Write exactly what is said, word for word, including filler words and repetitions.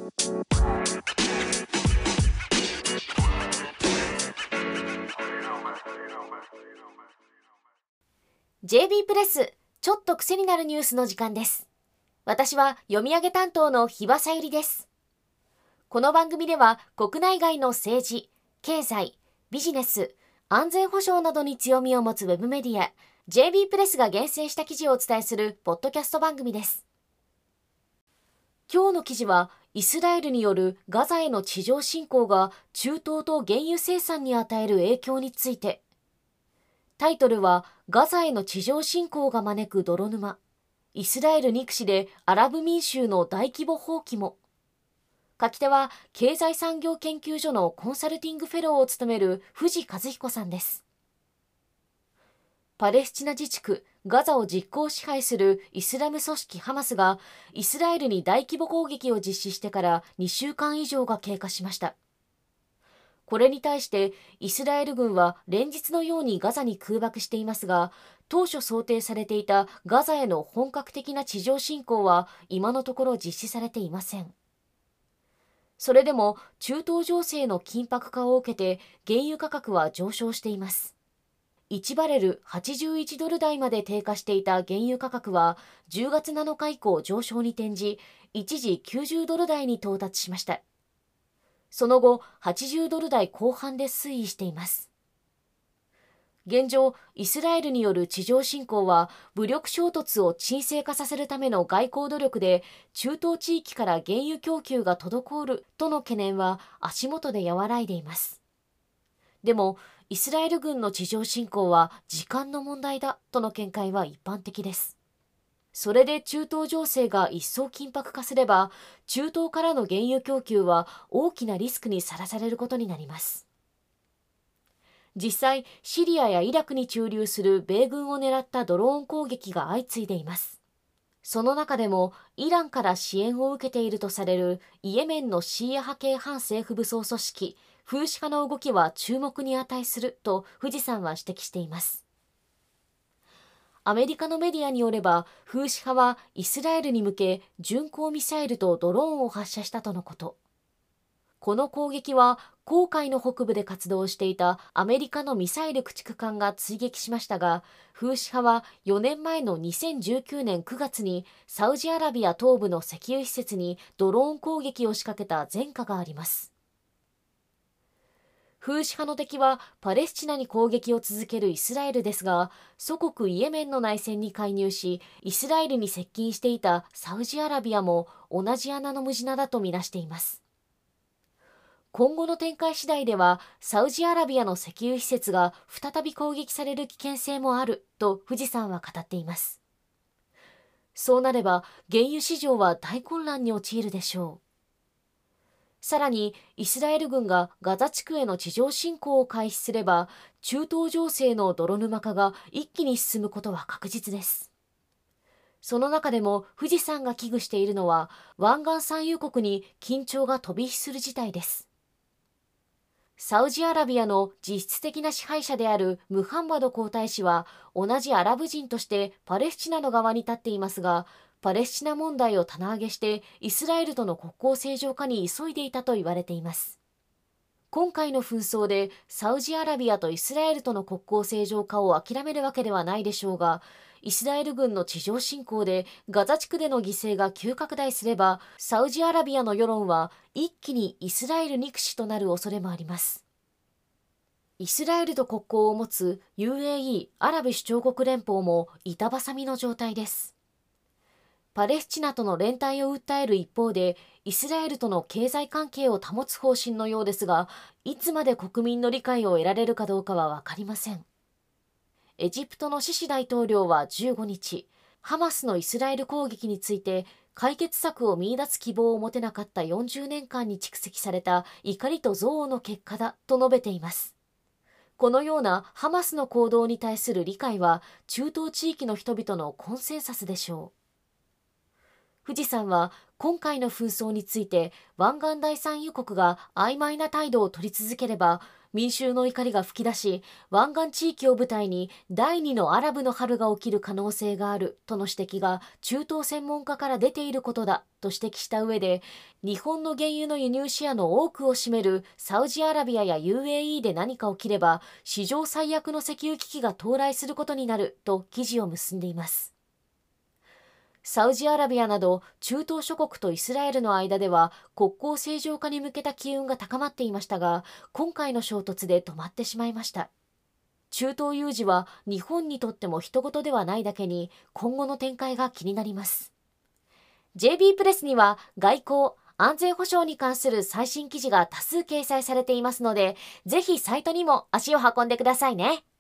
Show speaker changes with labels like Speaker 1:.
Speaker 1: ジェイビー プレス、ちょっと癖になるニュースの時間です。私は読み上げ担当の日和さゆりです。この番組では国内外の政治、経済、ビジネス、安全保障などに強みを持つウェブメディア、ジェイビー プレスが厳選した記事をお伝えするポッドキャスト番組です。今日の記事は、イスラエルによるガザへの地上侵攻が中東と原油生産に与える影響について。タイトルは、ガザへの地上侵攻が招く泥沼。イスラエル憎しでアラブ民衆の大規模放棄も。書き手は、経済産業研究所のコンサルティングフェローを務める藤和彦さんです。パレスチナ自治区ガザを実効支配するイスラム組織ハマスがイスラエルに大規模攻撃を実施してからにしゅうかん以上が経過しました。これに対してイスラエル軍は連日のようにガザに空爆していますが、当初想定されていたガザへの本格的な地上侵攻は今のところ実施されていません。それでも中東情勢の緊迫化を受けて原油価格は上昇しています。いちバレルはちじゅういちドル台まで低下していた原油価格はじゅうがつなのか以降上昇に転じ、一時きゅうじゅうドル台に到達しました。その後、はちじゅうドル台後半で推移しています。現状、イスラエルによる地上侵攻は武力衝突を沈静化させるための外交努力で中東地域から原油供給が滞るとの懸念は足元で和らいでいます。でも、イスラエル軍の地上侵攻は時間の問題だとの見解は一般的です。それで中東情勢が一層緊迫化すれば、中東からの原油供給は大きなリスクにさらされることになります。実際、シリアやイラクに駐留する米軍を狙ったドローン攻撃が相次いでいます。その中でも、イランから支援を受けているとされるイエメンのシーア派系反政府武装組織、フーシ派の動きは注目に値すると藤さんは指摘しています。アメリカのメディアによれば、フーシ派はイスラエルに向け巡航ミサイルとドローンを発射したとのこと。この攻撃は紅海の北部で活動していたアメリカのミサイル駆逐艦が追撃しましたが、フーシ派はよねんまえのにせんじゅうきゅうねんくがつにサウジアラビア東部の石油施設にドローン攻撃を仕掛けた前科があります。フーシ派の敵はパレスチナに攻撃を続けるイスラエルですが、祖国イエメンの内戦に介入し、イスラエルに接近していたサウジアラビアも同じ穴の無地なだとみなしています。今後の展開次第では、サウジアラビアの石油施設が再び攻撃される危険性もあると藤さんは語っています。そうなれば、原油市場は大混乱に陥るでしょう。さらに、イスラエル軍がガザ地区への地上侵攻を開始すれば、中東情勢の泥沼化が一気に進むことは確実です。その中でも、藤さんが危惧しているのは、湾岸産油国に緊張が飛び火する事態です。サウジアラビアの実質的な支配者であるムハンマド皇太子は、同じアラブ人としてパレスチナの側に立っていますが、パレスチナ問題を棚上げしてイスラエルとの国交正常化に急いでいたと言われています。今回の紛争でサウジアラビアとイスラエルとの国交正常化を諦めるわけではないでしょうが、イスラエル軍の地上侵攻でガザ地区での犠牲が急拡大すれば、サウジアラビアの世論は一気にイスラエル憎しとなる恐れもあります。イスラエルと国交を持つ ユーエーイー アラブ首長国連邦も板挟みの状態です。パレスチナとの連帯を訴える一方で、イスラエルとの経済関係を保つ方針のようですが、いつまで国民の理解を得られるかどうかはわかりません。エジプトのシシ大統領はじゅうごにち、ハマスのイスラエル攻撃について、解決策を見出す希望を持てなかったよんじゅうねんかんに蓄積された怒りと憎悪の結果だと述べています。このようなハマスの行動に対する理解は、中東地域の人々のコンセンサスでしょう。藤さんは今回の紛争について、湾岸第三油国が曖昧な態度を取り続ければ、 民衆の怒りが噴き出し、湾岸地域を舞台に第二のアラブの春が起きる可能性があるとの指摘が中東専門家から出ていることだと指摘した上で、日本の原油の輸入シェアの多くを占めるサウジアラビアや ユーエーイー で何か起きれば史上最悪の石油危機が到来することになると記事を結んでいます。サウジアラビアなど中東諸国とイスラエルの間では国交正常化に向けた機運が高まっていましたが、今回の衝突で止まってしまいました。中東有事は日本にとっても人事ではないだけに、今後の展開が気になります。ジェイビー プレスには外交・安全保障に関する最新記事が多数掲載されていますので、ぜひサイトにも足を運んでくださいね。